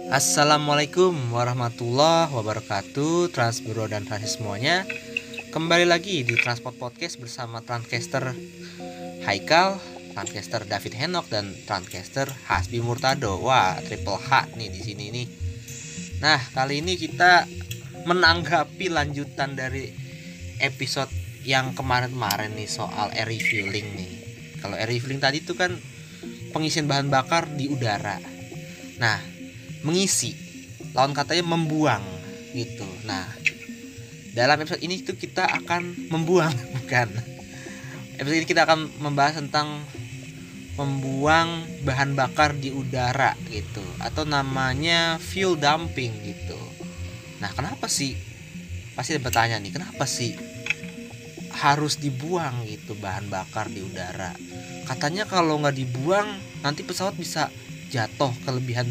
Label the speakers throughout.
Speaker 1: Assalamualaikum warahmatullahi wabarakatuh, Transbro dan Transis semuanya. Kembali lagi di Transport Podcast bersama Transcaster Haikal, Transcaster David Henok, dan Transcaster Hasbi Murtado. Wah, triple H nih di sini nih. Nah, kali ini kita menanggapi lanjutan dari episode yang kemarin-kemarin nih soal air refueling nih. Kalau air refueling tadi itu kan pengisian bahan bakar di udara. Nah, mengisi, lawan katanya membuang gitu. Nah, dalam episode ini tuh kita akan membuang bukan. Episode ini kita akan membahas tentang membuang bahan bakar di udara gitu, atau namanya fuel dumping gitu. Nah, kenapa sih? Pasti ada bertanya nih, kenapa sih harus dibuang gitu bahan bakar di udara? Katanya kalau nggak dibuang nanti pesawat bisa jatuh kelebihan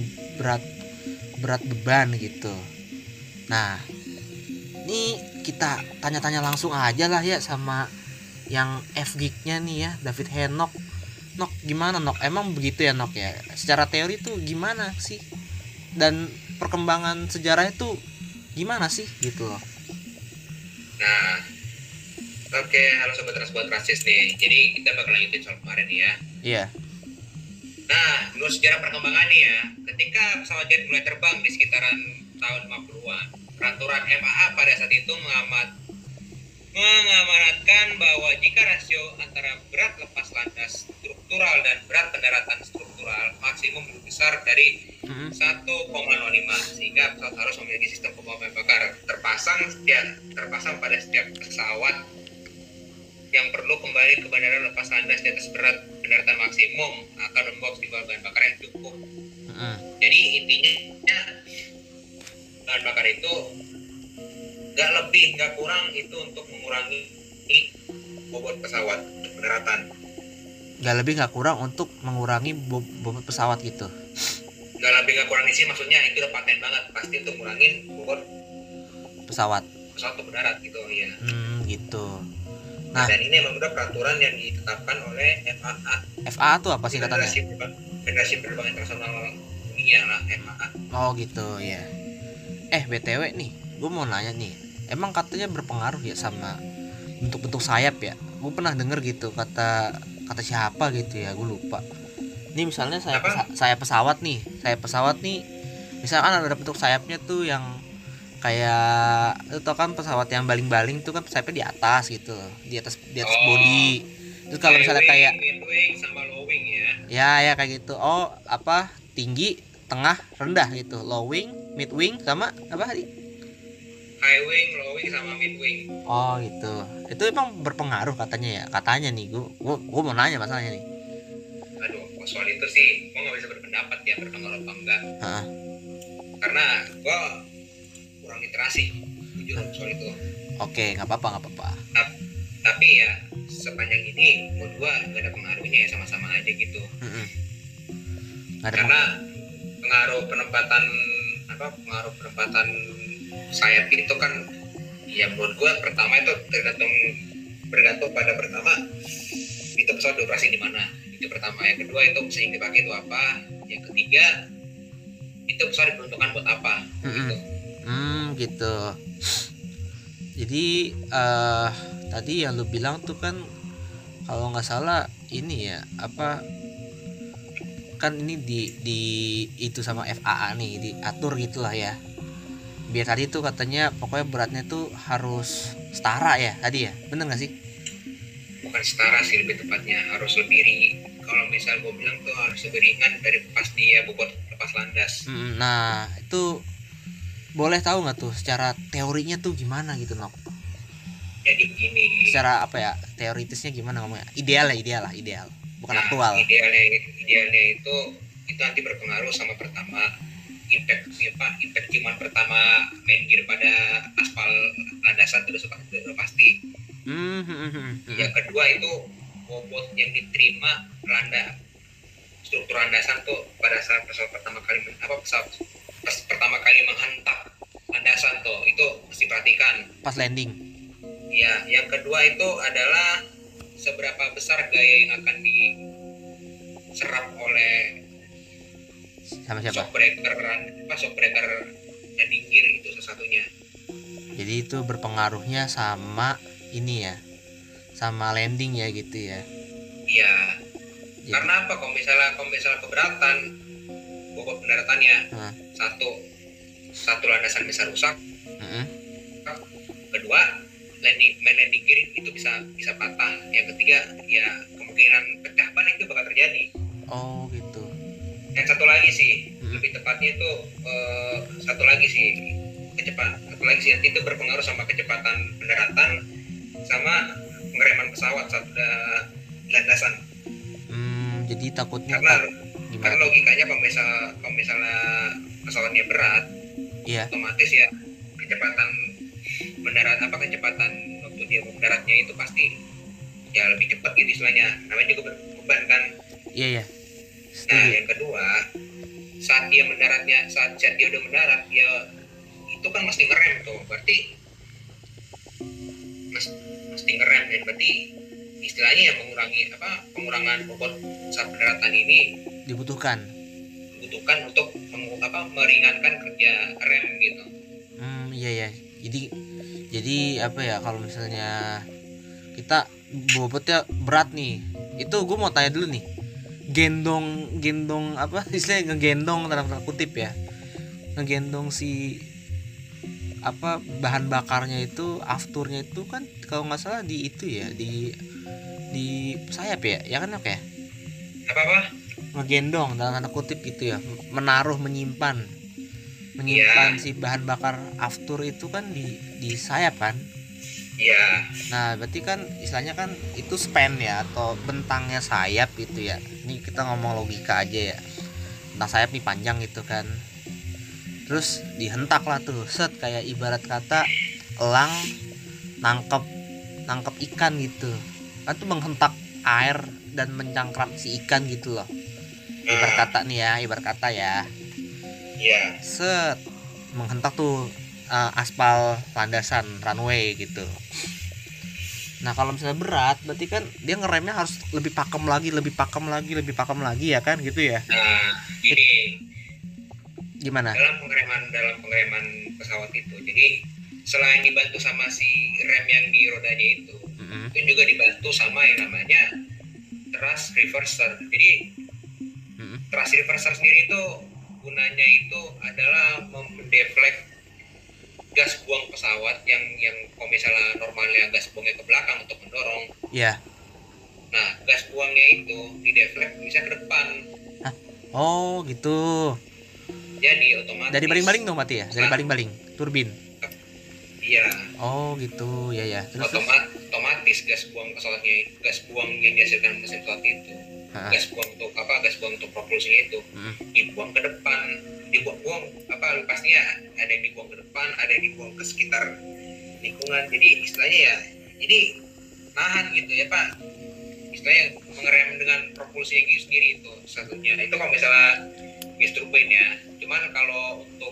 Speaker 1: berat beban gitu. Nah, ini kita tanya-tanya langsung aja lah ya sama yang FGIG-nya nih ya, David Henok. Nok, gimana Nok? Emang begitu ya Nok ya? Secara teori tuh gimana sih? Dan perkembangan sejarah itu gimana sih gitu loh?
Speaker 2: Nah, oke, halo sobat Transis nih. Jadi kita bakal lanjutin soal kemarin nih ya.
Speaker 1: Iya.
Speaker 2: Nah, menurut sejarah perkembangannya ya, ketika pesawat jet mulai terbang di sekitaran tahun 50-an, peraturan FAA pada saat itu mengamanatkan bahwa jika rasio antara berat lepas landas struktural dan berat pendaratan struktural maksimum lebih besar dari 1,05, sehingga pesawat harus memiliki sistem pembuangan bakar terpasang pada setiap pesawat yang perlu kembali ke bandara lepas landas di atas berat pendaratan maksimum akan membawa sejumlah bahan bakar yang cukup. Jadi intinya bahan bakar itu nggak lebih nggak kurang itu untuk mengurangi bobot pesawat untuk pendaratan.
Speaker 1: Nggak lebih nggak kurang untuk mengurangi bobot pesawat gitu.
Speaker 2: Nggak lebih nggak kurang di sini, maksudnya itu udah paten banget, pasti untuk ngurangin bobot
Speaker 1: pesawat
Speaker 2: untuk mendarat gitu ya.
Speaker 1: Gitu.
Speaker 2: Nah, dan ini memang udah peraturan yang ditetapkan oleh FAA.
Speaker 1: FAA tuh apa sih katanya?
Speaker 2: Federasi Penerbangan Internasional Dunia lah, FAA.
Speaker 1: Oh gitu ya. BTW nih, gue mau nanya nih, emang katanya berpengaruh ya sama bentuk-bentuk sayap ya? Gue pernah denger gitu kata siapa gitu ya, gue lupa. Ini misalnya saya pesawat nih, misalkan ada bentuk sayapnya tuh yang kayak itu kan pesawat yang baling-baling tuh kan sayapnya di atas gitu, di atas body. Terus kalau misalnya kayak
Speaker 2: mid wing sama low wing ya.
Speaker 1: Ya kayak gitu. Oh, apa? Tinggi, tengah, rendah gitu. Low wing, mid wing sama apa tadi?
Speaker 2: High wing, low wing sama mid wing.
Speaker 1: Oh, gitu. Itu emang berpengaruh katanya ya. Katanya nih, gua mau nanya masalahnya nih.
Speaker 2: Aduh, soal itu sih gua nggak bisa berpendapat ya berpengaruh apa enggak. Karena gua kurang literasi jujur soal itu.
Speaker 1: Oke, nggak apa-apa.
Speaker 2: Tapi ya sepanjang ini menurut gua nggak ada pengaruhnya ya, sama-sama aja gitu. Karena pengaruh penempatan sayap itu kan ya menurut gua pertama itu bergantung pada pertama itu pesawat dioperasi di mana, itu pertama. Yang kedua itu mesin yang dipakai itu apa, yang ketiga itu pesawat diperuntukkan buat apa
Speaker 1: gitu. Jadi tadi yang lu bilang tuh kan kalau nggak salah ini ya apa, kan ini di itu sama FAA nih diatur gitulah ya, biar tadi tuh katanya pokoknya beratnya tuh harus setara ya tadi ya, bener nggak sih?
Speaker 2: Bukan setara sih, lebih tepatnya harus lebih ringan. Kalau misal gue bilang tuh harus lebih ringan dari pas dia bobot lepas landas.
Speaker 1: Nah itu boleh tahu nggak tuh secara teorinya tuh gimana gitu Nok?
Speaker 2: Jadi begini,
Speaker 1: secara apa ya, teoritisnya gimana ngomongnya? Ideal bukan aktual.
Speaker 2: Idealnya itu nanti berpengaruh sama pertama impact ciuman pertama main gear pada aspal landasan itu sudah pasti. Yang kedua itu bobot yang diterima struktur landasan tuh pada saat pesawat pertama kali menghentak landasan tuh, itu mesti perhatikan
Speaker 1: pas landing.
Speaker 2: Ya, yang kedua itu adalah seberapa besar gaya yang akan diserap oleh
Speaker 1: Sama siapa?
Speaker 2: shock breaker landing gear itu salah satunya.
Speaker 1: Jadi itu berpengaruhnya sama ini ya, sama landing ya gitu ya.
Speaker 2: Iya.
Speaker 1: Jadi,
Speaker 2: karena apa? Kalau misalnya keberatan bobot pendaratannya, satu landasan bisa rusak, kedua main landing gear itu bisa patah, yang ketiga ya kemungkinan pecah ban itu bakal terjadi.
Speaker 1: Oh gitu.
Speaker 2: Dan satu lagi sih, lebih tepatnya itu satu lagi sih nanti itu berpengaruh sama kecepatan pendaratan sama pengereman pesawat saat udah landasan.
Speaker 1: Jadi takutnya
Speaker 2: karena logikanya kalau misalnya pesawatnya berat,
Speaker 1: iya,
Speaker 2: otomatis ya kecepatan waktu dia mendaratnya itu pasti ya lebih cepat gitu istilahnya, namanya juga beban kan.
Speaker 1: Iya.
Speaker 2: Nah yang kedua, saat dia udah mendarat ya itu kan mesti ngerem tuh, berarti mesti ngerem, dan berarti istilahnya ya pengurangan bobot saat pendaratan ini dibutuhkan untuk meringankan kerja rem gitu.
Speaker 1: Iya. Jadi apa ya, kalau misalnya kita bobotnya berat nih, itu gue mau tanya dulu nih, gendong apa istilahnya, ngegendong dalam tanda kutip ya, ngegendong si apa bahan bakarnya itu, afturnya itu kan kalau nggak salah di itu ya, di sayap ya kan, oke?
Speaker 2: Apa
Speaker 1: ngegendong dalam tanda kutip itu ya, menyimpan si bahan bakar aftur itu kan di sayap kan.
Speaker 2: Iya.
Speaker 1: Nah berarti kan istilahnya kan itu span ya, atau bentangnya sayap itu ya. Ini kita ngomong logika aja ya, bentang sayap nih panjang gitu kan, terus dihentak lah tuh, set, kayak ibarat kata elang nangkep ikan gitu kan, tuh menghentak air dan mencangkram si ikan gitu loh, ibarat kata ya.
Speaker 2: Iya.
Speaker 1: Set, menghentak tuh aspal landasan runway gitu. Nah kalau misalnya berat, berarti kan dia ngeremnya harus lebih pakem lagi ya kan gitu ya.
Speaker 2: Nah gini,
Speaker 1: gimana
Speaker 2: dalam pengereman pesawat itu, jadi selain dibantu sama si rem yang di rodanya itu juga dibantu sama yang namanya thrust reverser. Jadi thrust reverser sendiri itu gunanya itu adalah mendeflect gas buang pesawat yang kalau misalnya normalnya gas buangnya ke belakang untuk mendorong.
Speaker 1: Iya.
Speaker 2: Nah gas buangnya itu dideflect bisa ke depan.
Speaker 1: Oh gitu.
Speaker 2: Jadi otomatis
Speaker 1: dari baling-baling dong mati ya, dari baling-baling turbin.
Speaker 2: Iya.
Speaker 1: Oh gitu, ya. Terus
Speaker 2: otomatis gas buang yang dihasilkan mesin pesawat itu, gas buang untuk propulsinya itu dibuang ke depan, dibuang pastinya ada yang dibuang ke depan, ada yang dibuang ke sekitar lingkungan. Jadi istilahnya ya, jadi nahan gitu ya Pak, istilahnya mengerem dengan propulsinya gitu sendiri itu satunya. Itu kalau misalnya gas turbine ya. Cuman kalau untuk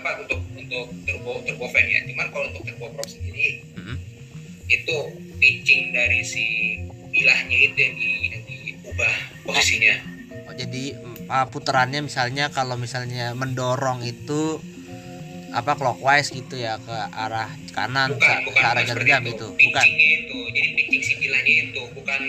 Speaker 2: turbofan ya, cuman kalau untuk turboprop sendiri itu pitching dari si bilahnya itu yang diubah posisinya.
Speaker 1: Jadi putarannya misalnya kalau misalnya mendorong itu clockwise gitu ya, ke arah kanan, ke arah genggam itu.
Speaker 2: Pitchingnya itu, jadi pitching si bilahnya itu bukan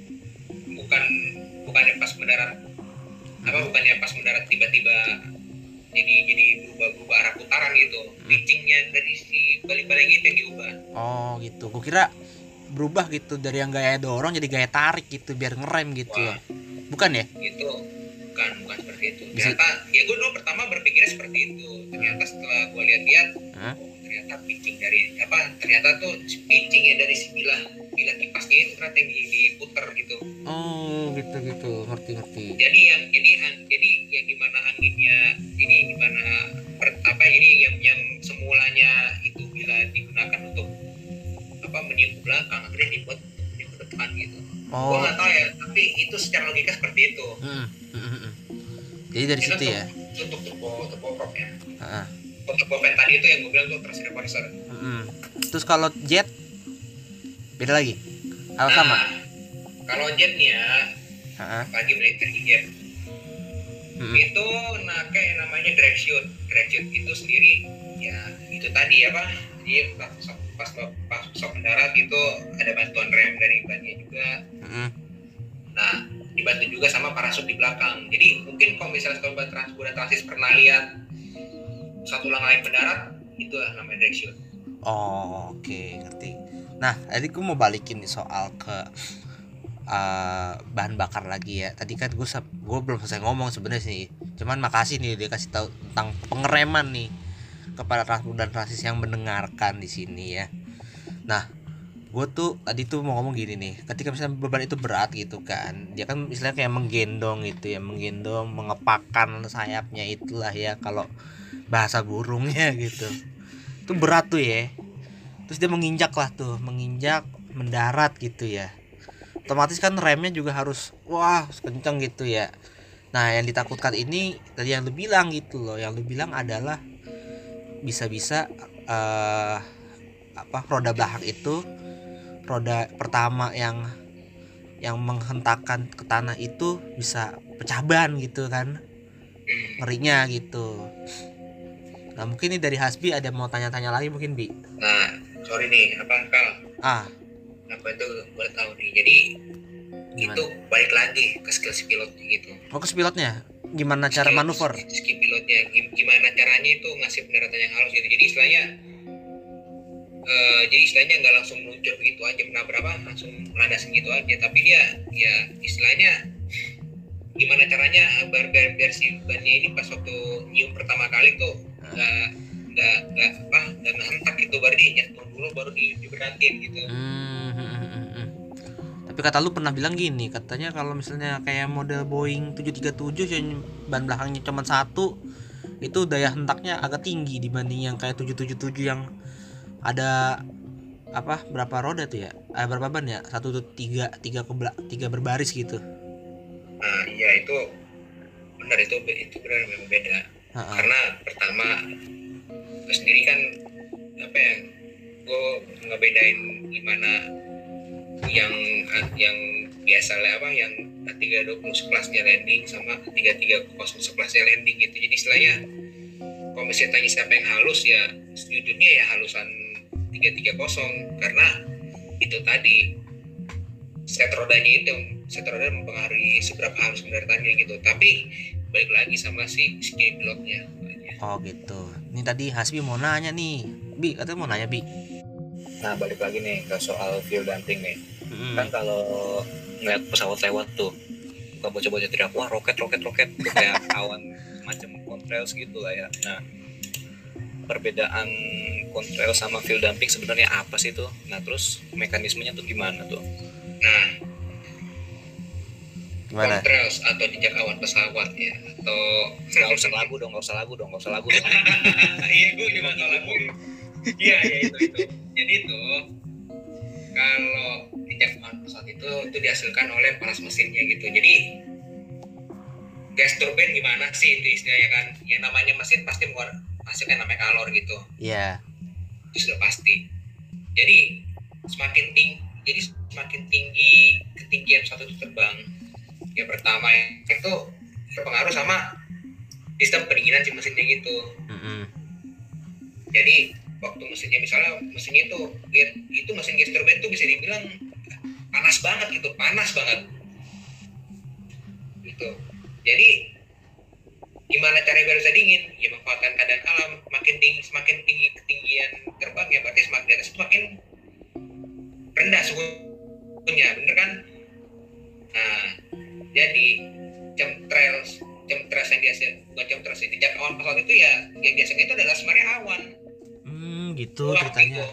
Speaker 2: pas mendarat bukannya pas mendarat tiba-tiba jadi berubah arah putaran gitu. Pitchingnya dari si balik-balik itu yang diubah.
Speaker 1: Oh gitu, gue kira berubah gitu dari yang gaya dorong jadi gaya tarik gitu biar ngerem gitu.
Speaker 2: Wah,
Speaker 1: bukan ya?
Speaker 2: Itu bukan seperti itu. Ternyata ya gue dulu pertama berpikirnya seperti itu. Ternyata setelah gue lihat-lihat, ternyata pitchingnya dari si bilah kipasnya itu ternyata yang diputer gitu.
Speaker 1: Oh gitu, ngerti.
Speaker 2: Jadi yang dimana anginnya ini yang semulanya itu bila digunakan untuk meniup ke belakang, akhirnya dibuat meniup ke depan gitu. Gue nggak tahu ya, tapi itu secara logika seperti itu.
Speaker 1: Jadi dari situ ya.
Speaker 2: Untuk turboprop ya. Untuk turbofan tadi itu yang gue bilang tuh thrust reverser.
Speaker 1: Terus kalau jet beda lagi? Sama?
Speaker 2: Kalau jet nih ya, lagi militer jet. Itu kayak namanya drag shoot itu sendiri ya itu tadi apa, jadi pas pesawat mendarat itu ada bantuan rem dari bannya juga. Nah dibantu juga sama parasut di belakang. Jadi mungkin kalau misalnya Sobat Transburan Transis pernah lihat satu ulang lain mendarat, itu namanya drag shoot.
Speaker 1: Oh, oke, ngerti. Nah, tadi gue mau balikin nih soal ke bahan bakar lagi ya. Tadi kan gue belum selesai ngomong sebenarnya sih. Cuman makasih nih dia kasih tahu tentang pengereman nih kepada Transburan Transis yang mendengarkan di sini ya. Nah, gue tuh tadi tuh mau ngomong gini nih, ketika misalnya beban itu berat gitu kan, dia kan istilahnya kayak menggendong gitu ya, menggendong, mengepakkan sayapnya, itulah ya kalau bahasa burungnya gitu. Itu berat tuh ya. Terus dia menginjak mendarat gitu ya. Otomatis kan remnya juga harus kenceng gitu ya. Nah yang ditakutkan ini tadi yang lu bilang gitu loh, yang lu bilang adalah bisa-bisa roda belakang itu, roda pertama yang menghentakkan ke tanah itu bisa pecah ban gitu kan, ngerinya gitu. Nah mungkin ini dari Hasbi ada mau tanya-tanya lagi mungkin Bi.
Speaker 2: Nah sorry nih Kal, apa itu boleh tahu nih, jadi gimana? Itu balik lagi ke skill si pilotnya gitu.
Speaker 1: Ke pilotnya gimana cara manuver?
Speaker 2: Skill pilotnya gimana caranya itu ngasih pendaratan yang halus gitu. Jadi istilahnya nggak langsung meluncur begitu aja, langsung landasin gitu aja, tapi dia ya istilahnya gimana caranya biar si bannya ini pas waktu nyium pertama kali tuh nggak ngehentak gitu, baru dia jatuh dulu baru diberatin gitu.
Speaker 1: Tapi kata lu pernah bilang gini, katanya kalau misalnya kayak model Boeing 737 yang ban belakangnya cuma satu, itu daya hentaknya agak tinggi dibanding yang kayak 777 yang ada berapa roda tuh ya? Berapa ban ya? 1 tuh 3 berbaris gitu.
Speaker 2: Nah, iya itu benar, itu benar memang beda. Karena pertama gue sendiri kan gue ngebedain gimana yang biasa lah yang 320 sekelasnya landing sama 330 sekelasnya landing gitu. Jadi istilahnya kalau misalnya tanya siapa yang halus, ya sejujurnya ya halusan 330, karena itu tadi set roda mempengaruhi seberapa halus pendaratannya gitu. Tapi balik lagi sama si pilotnya.
Speaker 1: Oh gitu. Ini tadi Hasbi mau nanya nih, Bi, katanya mau nanya Bi.
Speaker 3: Nah balik lagi nih ke soal fuel dumping nih. Kan kalau ngeliat pesawat lewat tuh, bukan bocah-bocah teriak wah roket tuh kayak awan macam contrails gitu lah ya. Nah perbedaan contrails sama fuel dumping sebenarnya apa sih tuh? Nah terus mekanismenya tuh gimana tuh?
Speaker 2: Nah contrails atau jejak awan pesawat ya, atau
Speaker 3: nggak usah lagu dong.
Speaker 2: Iya gue juga nggak lagu. Iya itu. Jadi itu kalau jejak awan pesawat itu dihasilkan oleh panas mesinnya gitu. Jadi gas turbin gimana sih itu istilahnya kan? Yang namanya mesin pasti menghasilkan namanya kalor gitu.
Speaker 1: Iya.
Speaker 2: Itu sudah pasti. Jadi semakin tinggi ketinggian pesawat itu terbang, yang pertama itu berpengaruh sama sistem pendinginan si mesinnya gitu. Jadi waktu mesinnya itu mesin gas turbin itu bisa dibilang panas banget gitu Jadi gimana caranya biar bisa dingin? Ya memanfaatkan keadaan alam. Semakin tinggi ketinggian terbang ya berarti semakin di atas semakin rendah suhunya, bener kan? Nah, jadi chemtrails yang jejak awan pesawat itu ya yang biasanya itu adalah sebenarnya awan.
Speaker 1: Gitu ceritanya.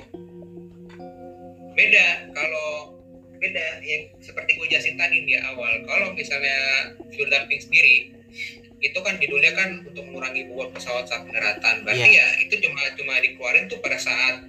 Speaker 2: Beda yang seperti gue jelasin tadi di awal. Kalau misalnya fuel dumping sendiri itu kan judulnya kan untuk mengurangi bobot pesawat saat pendaratan. Berarti ya itu cuma dikeluarin tuh pada saat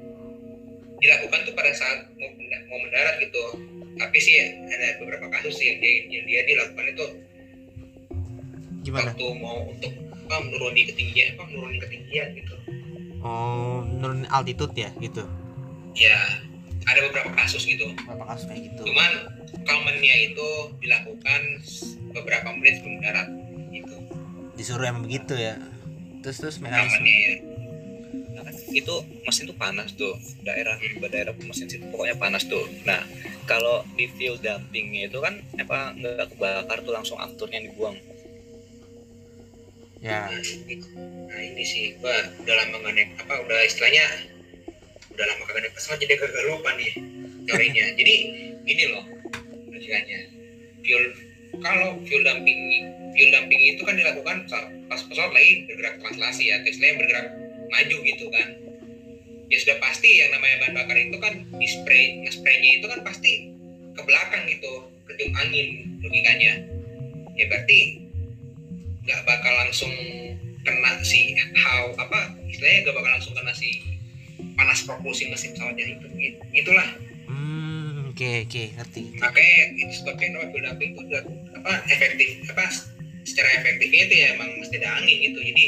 Speaker 2: mau mendarat gitu. Tapi sih ada beberapa kasus sih yang dia dilakukan itu
Speaker 1: gimana?
Speaker 2: Waktu mau untuk menuruni ketinggian gitu.
Speaker 1: Oh, nurunin altitude ya gitu.
Speaker 2: Ya, ada beberapa kasus gitu.
Speaker 1: Kayak gitu.
Speaker 2: Cuman commonnya itu dilakukan beberapa menit sebelum mendarat gitu.
Speaker 1: disuruh emang begitu ya. Terus mekanisme.
Speaker 2: amannya ya.
Speaker 3: Nah, kan itu mesin tuh panas tuh, daerah mesin situ pokoknya panas tuh. Nah kalau di fuel dumping itu kan apa nggak kebakar tuh, langsung afternya dibuang.
Speaker 1: Ya.
Speaker 2: Nah ini sih gua udah lama nggak naik udah istilahnya udah lama kagak naik pesawat jadi agak lupa nih teorinya. Jadi gini loh istilahnya fuel dumping itu kan dilakukan pas pesawat lagi bergerak translasi ya, istilahnya bergerak maju gitu kan. Ya sudah pasti yang namanya bahan bakar itu kan nge-spraynya itu kan pasti ke belakang gitu, ketiup angin logikanya. Ya berarti nggak bakal langsung kena istilahnya nggak bakal langsung kena si panas propulsi mesin pesawatnya itu itulah.
Speaker 1: Oke, ngerti.
Speaker 2: Makanya itu sebabnya nama fuel dumping itu efektif secara efektifnya itu ya emang mesti ada angin gitu, jadi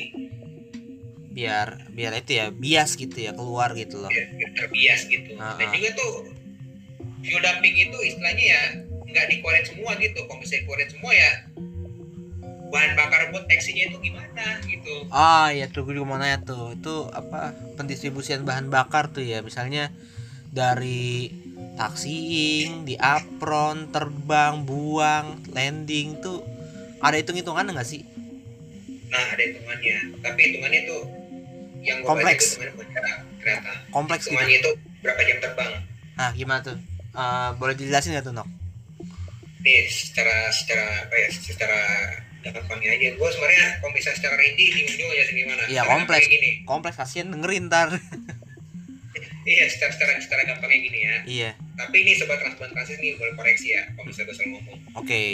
Speaker 1: biar itu ya bias gitu ya, keluar gitu loh,
Speaker 2: biar terbias gitu. Dan juga tuh fuel dumping itu istilahnya ya nggak dikeluarin semua gitu. Kalau misalnya dikeluarin semua ya bahan bakar buat taksinya itu gimana gitu.
Speaker 1: Ya tuh gue juga mau nanya tuh, itu apa pendistribusian bahan bakar tuh ya, misalnya dari taxiing, di apron, terbang, buang, landing tuh ada hitung-hitungan nggak sih?
Speaker 2: Nah ada hitungannya, tapi hitungannya tuh yang gue baca itu hitungannya bukan ternyata
Speaker 1: kompleks
Speaker 2: hitungannya
Speaker 1: gitu.
Speaker 2: itu berapa jam terbang.
Speaker 1: Nah gimana tuh? Boleh dijelasin nggak tuh Nok?
Speaker 2: Nih secara gampangnya aja. Gue sebenarnya kalau misalnya secara rinci bingung juga ya gimana.
Speaker 1: Iya kompleks kasihan dengerin ntar.
Speaker 2: Iya secara gampangnya gini ya.
Speaker 1: Iya.
Speaker 2: Tapi ini sobat transplantasi nih boleh koreksi ya kalau misalnya gue salah ngomong.
Speaker 1: Oke.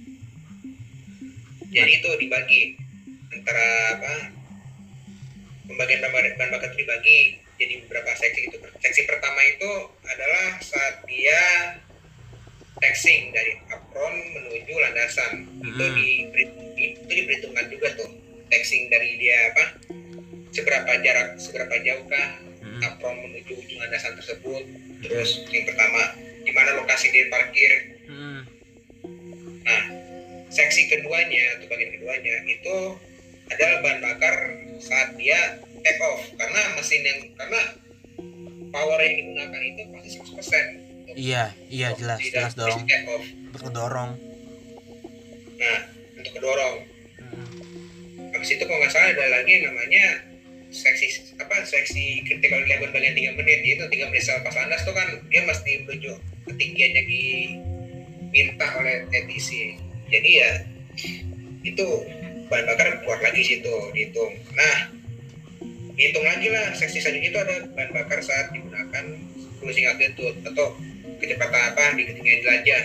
Speaker 2: Jadi itu dibagi antara pembagian bahan bakar itu dibagi jadi beberapa seksi gitu. Seksi pertama itu adalah saat dia taxing dari apron menuju landasan. Itu diperhitungkan juga tuh taxing dari dia seberapa jauhkah apron menuju ujung landasan tersebut. Terus yang pertama di mana lokasi dia parkir. Nah seksi keduanya atau bagian keduanya itu adalah bahan bakar saat dia take off, karena power yang digunakan itu pasti 100%.
Speaker 1: Iya jelas dong. Untuk kedorong.
Speaker 2: Nah untuk kedorong. Habis itu kalau nggak salah ada lagi yang namanya seksi critical level bagian 3 menit, yaitu 3 menit setelah pas landas tuh kan dia mesti menuju ketinggian yang diminta oleh ATC. Jadi ya itu bahan bakar keluar lagi situ dihitung. Nah dihitung lagi lah seksi selanjutnya itu ada bahan bakar saat digunakan cruising altitude atau kecepatan di ketinggian jelajah.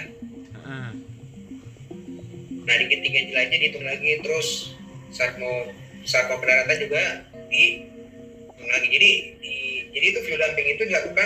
Speaker 2: Nah di ketinggian jelajah dihitung lagi, terus saat mau pendaratan juga dihitung lagi. Jadi itu fuel dumping itu dilakukan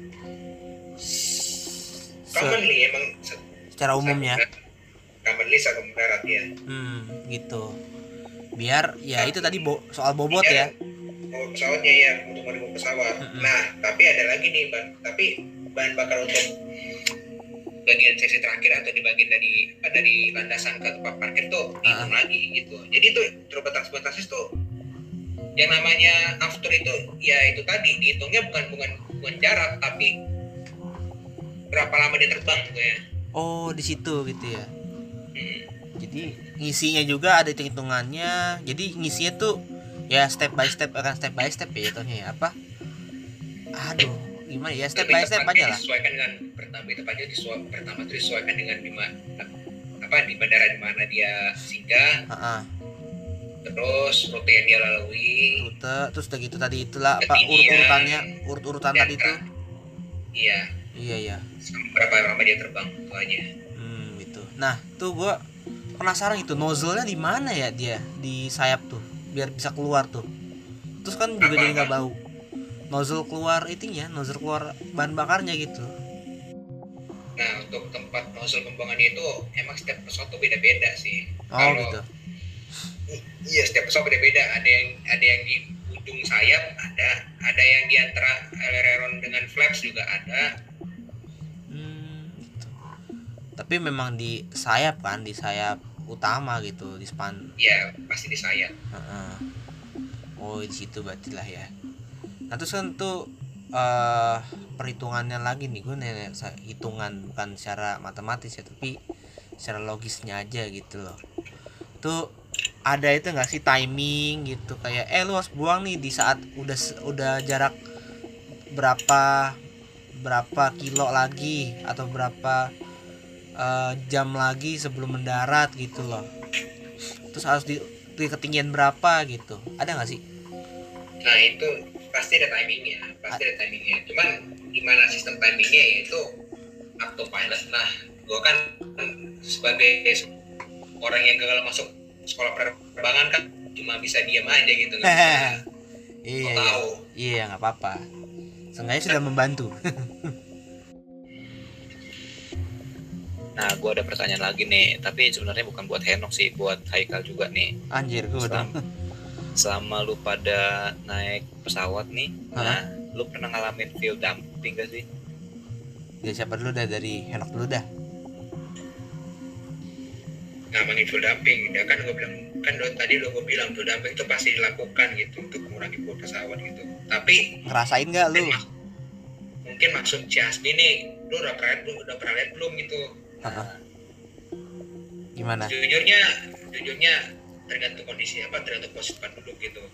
Speaker 2: commonly emang
Speaker 1: secara umum ya.
Speaker 2: Commonly saat mendarat ya.
Speaker 1: Gitu. Biar ya itu tadi soal bobot ya.
Speaker 2: Pesawatnya ya untuk merimu pesawat. Nah tapi ada lagi nih bahan bakar untuk bagian seksi terakhir atau di bagian dari landasan ke tempat parkir tuh dihitung lagi gitu. Jadi tuh coba transportasi tuh yang namanya after itu ya itu tadi dihitungnya bukan jarak tapi berapa lama dia terbang gitu ya.
Speaker 1: Oh di situ gitu ya. Jadi ngisinya juga ada hitung-hitungannya. Jadi ngisinya tuh ya step by step ya jatuhnya ya apa? Aduh, gimana ya, step by step aja lah.
Speaker 2: Disesuaikan dengan pertama disesuaikan dengan di bandara di mana dia singgah. Terus rute yang dia lalui.
Speaker 1: Terus udah gitu tadi itulah apa urutan tadi itu. Iya.
Speaker 2: Berapa lama dia terbang itu aja.
Speaker 1: Gitu. Nah, tuh gua penasaran gitu, nozzle-nya di mana ya dia di sayap tuh biar bisa keluar tuh. Terus kan juga jadi nggak bau. Nozzle keluar bahan bakarnya gitu.
Speaker 2: Nah untuk tempat nozzle pembuangannya itu emang setiap pesawat tuh beda-beda sih.
Speaker 1: Gitu.
Speaker 2: Iya setiap pesawat beda-beda. Ada yang di ujung sayap, ada yang di antara aileron dengan flaps juga ada.
Speaker 1: Gitu. Tapi memang di sayap utama gitu di span.
Speaker 2: Ya pasti di saya.
Speaker 1: Oh di situ berarti lah ya. Nah terus kan tuh perhitungannya lagi nih, gue nanya hitungan bukan secara matematis ya, tapi secara logisnya aja gitu loh. Tuh ada itu nggak sih timing gitu, kayak lu harus buang nih di saat udah jarak berapa kilo lagi atau berapa jam lagi sebelum mendarat gitu loh. Terus harus di ketinggian berapa gitu, ada nggak sih?
Speaker 2: Nah itu pasti ada timingnya. Cuman gimana sistem timingnya ya itu autopilot. Nah gue kan sebagai orang yang gagal masuk sekolah penerbangan kan cuma bisa diam aja gitu, nggak bisa tahu.
Speaker 1: Iya nggak apa-apa, seenggaknya sudah membantu.
Speaker 3: Nah, gue ada pertanyaan lagi nih, tapi sebenarnya bukan buat Henok sih, buat Haikal juga nih.
Speaker 1: Anjir, gue
Speaker 3: selama lu pada naik pesawat nih, nah, lu pernah ngalamin fuel dumping gak sih?
Speaker 1: Ya siapa dulu dah, dari Henok dulu dah.
Speaker 2: Ngalamin fuel dumping, ya kan gue bilang, kan tadi gue bilang fuel dumping itu pasti dilakukan gitu untuk mengurangi bobot pesawat gitu. Tapi
Speaker 1: ngerasain nggak lu?
Speaker 2: Mungkin maksud Jasmine nih, lu udah pernah lihat belum gitu?
Speaker 1: Gimana?
Speaker 2: Jujurnya tergantung kondisi tergantung posisi duduk gitu.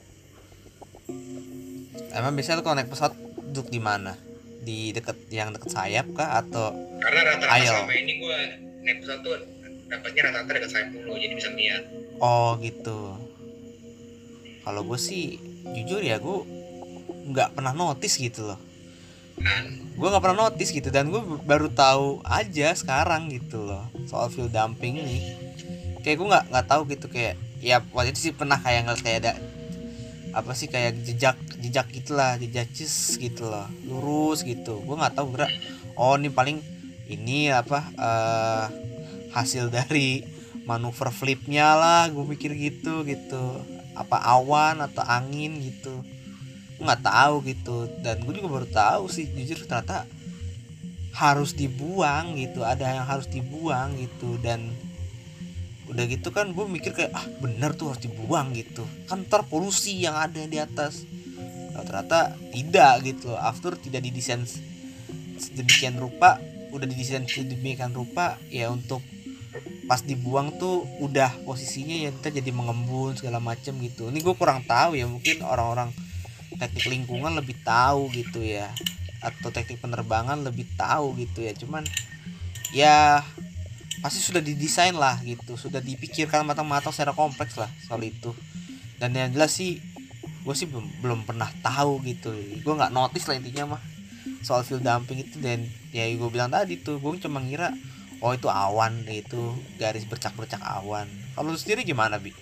Speaker 1: Emang biasanya lu kalau naik pesawat duduk di mana? Di deket sayap kah atau?
Speaker 2: Karena rata-rata selama ini gue naik pesawat tuh dapatnya rata-rata dekat sayap mulu, jadi bisa lihat.
Speaker 1: Oh gitu. Kalau gue sih jujur ya, gue nggak pernah notice gitu loh. Gue nggak pernah notice gitu, dan gue baru tahu aja sekarang gitu loh soal fuel dumping nih. Kayak gue nggak tahu gitu, kayak ya waktu itu sih pernah kayak ngeliat kayak ada apa sih, kayak jejak gitulah, jejak cis gitu loh, lurus gitu. Gue nggak tahu bener, oh ini paling ini apa hasil dari manuver flipnya lah, gue mikir gitu apa awan atau angin gitu, nggak tahu gitu. Dan gue juga baru tahu sih jujur, ternyata harus dibuang gitu, ada yang harus dibuang gitu. Dan udah gitu kan gue mikir kayak bener tuh harus dibuang gitu kan, ntar polusi yang ada di atas. Nah, ternyata tidak gitu, after tidak didesain sedemikian rupa, udah didesain sedemikian rupa ya untuk pas dibuang tuh udah posisinya ya kita jadi mengembun segala macem gitu. Ini gue kurang tahu ya, mungkin orang-orang teknik lingkungan lebih tahu gitu ya, atau teknik penerbangan lebih tahu gitu ya. Cuman ya pasti sudah didesain lah gitu, sudah dipikirkan matang-matang secara kompleks lah soal itu. Dan yang jelas sih gue sih belum pernah tahu gitu, gue nggak notice lah intinya mah soal fuel dumping itu. Dan ya gue bilang tadi tuh, gue cuma ngira oh itu awan, itu garis bercak-bercak awan. Kalau lu sendiri gimana, Bi?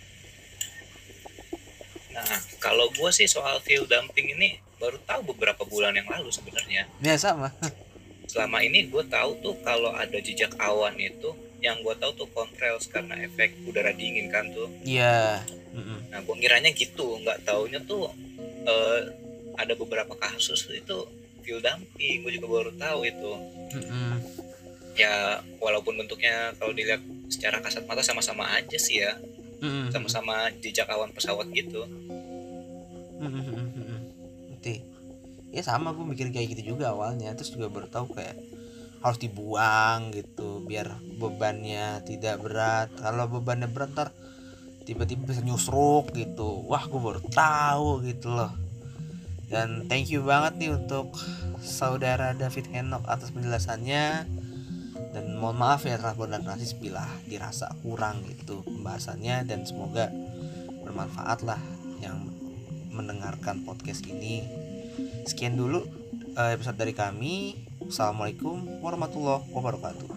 Speaker 3: Nah, kalau gue sih soal fuel dumping ini baru tahu beberapa bulan yang lalu sebenarnya.
Speaker 1: Ya sama.
Speaker 3: Selama ini gue tahu tuh kalau ada jejak awan itu, yang gue tahu tuh contrails karena efek udara dingin kan tuh.
Speaker 1: Iya.
Speaker 3: Nah, gue ngiranya gitu, nggak taunya tuh ada beberapa kasus itu fuel dumping. Gue juga baru tahu itu. Ya walaupun bentuknya kalau dilihat secara kasat mata sama-sama aja sih ya, sama-sama jejak awan pesawat gitu.
Speaker 1: Ya sama, gue mikir kayak gitu juga awalnya. Terus juga baru tahu kayak harus dibuang gitu biar bebannya tidak berat. Kalau bebannya berat ntar tiba-tiba bisa nyusruk gitu. Wah, gue baru tahu gitu loh. Dan thank you banget nih untuk saudara David Henok atas penjelasannya. Dan mohon maaf ya transport dan transis bila dirasa kurang gitu pembahasannya, dan semoga bermanfaat lah yang mendengarkan podcast ini. Sekian dulu episode dari kami. Assalamualaikum warahmatullahi wabarakatuh.